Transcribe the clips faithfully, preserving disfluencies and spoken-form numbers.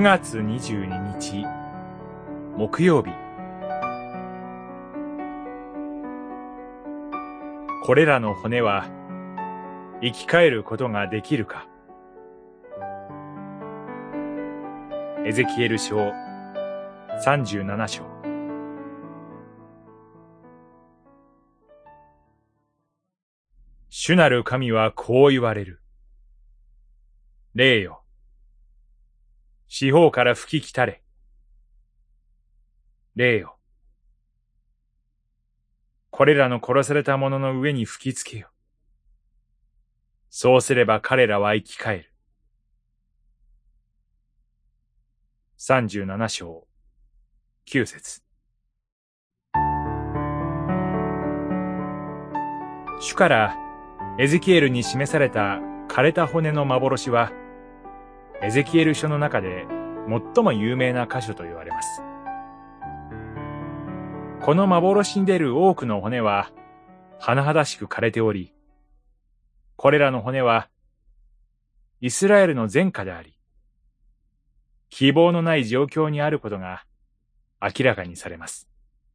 くがつにじゅうににち木曜日。これらの骨は生き返ることができるか。エゼキエル書さんじゅうななしょう。主なる神はこう言われる。霊よ、四方から吹き来たれ。霊よ、これらの殺された者の上に吹きつけよ。そうすれば彼らは生き返る。さんじゅうななしょうきゅうせつ。主からエゼキエルに示された枯れた骨の幻は、エゼキエル書の中で最も有名な箇所と言われます。この幻に出る多くの骨は甚だしく枯れており、これらの骨はイスラエルの前科であり、希望のない状況にあることが明らかにされます。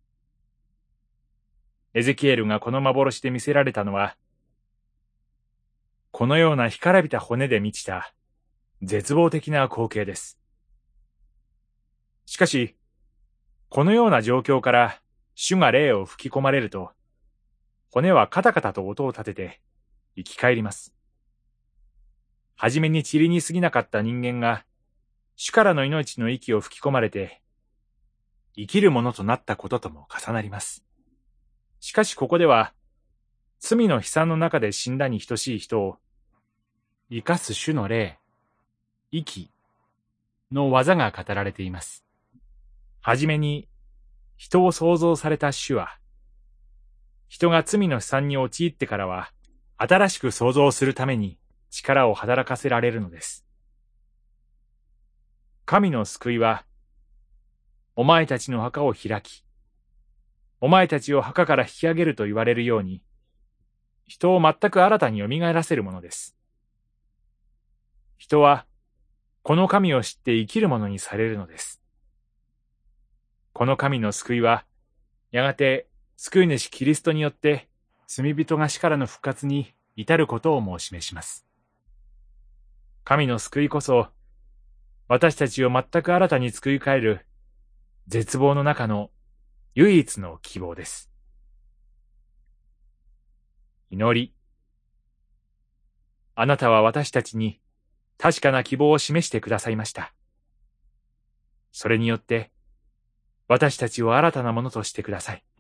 エゼキエルがこの幻で見せられたのは、このような干からびた骨で満ちた絶望的な光景です。しかし、このような状況から主が霊を吹き込まれると、骨はカタカタと音を立てて生き返ります。はじめに塵に過ぎなかった人間が、主からの命の息を吹き込まれて、生きるものとなったこととも重なります。しかしここでは、罪の悲惨の中で死んだに等しい人を、生かす主の霊、息の技が語られています。はじめに人を創造された主は、人が罪の悲惨に陥ってからは、新しく創造するために力を働かせられるのです。神の救いは、お前たちの墓を開き、お前たちを墓から引き上げると言われるように、人を全く新たに蘇らせるものです。人は、この神を知って生きるものにされるのです。この神の救いは、やがて救い主キリストによって罪人が死からの復活に至ることをも示します。神の救いこそ、私たちを全く新たに救い変える絶望の中の唯一の希望です。祈り。あなたは私たちに確かな希望を示してくださいました。それによって私たちを新たなものとしてください。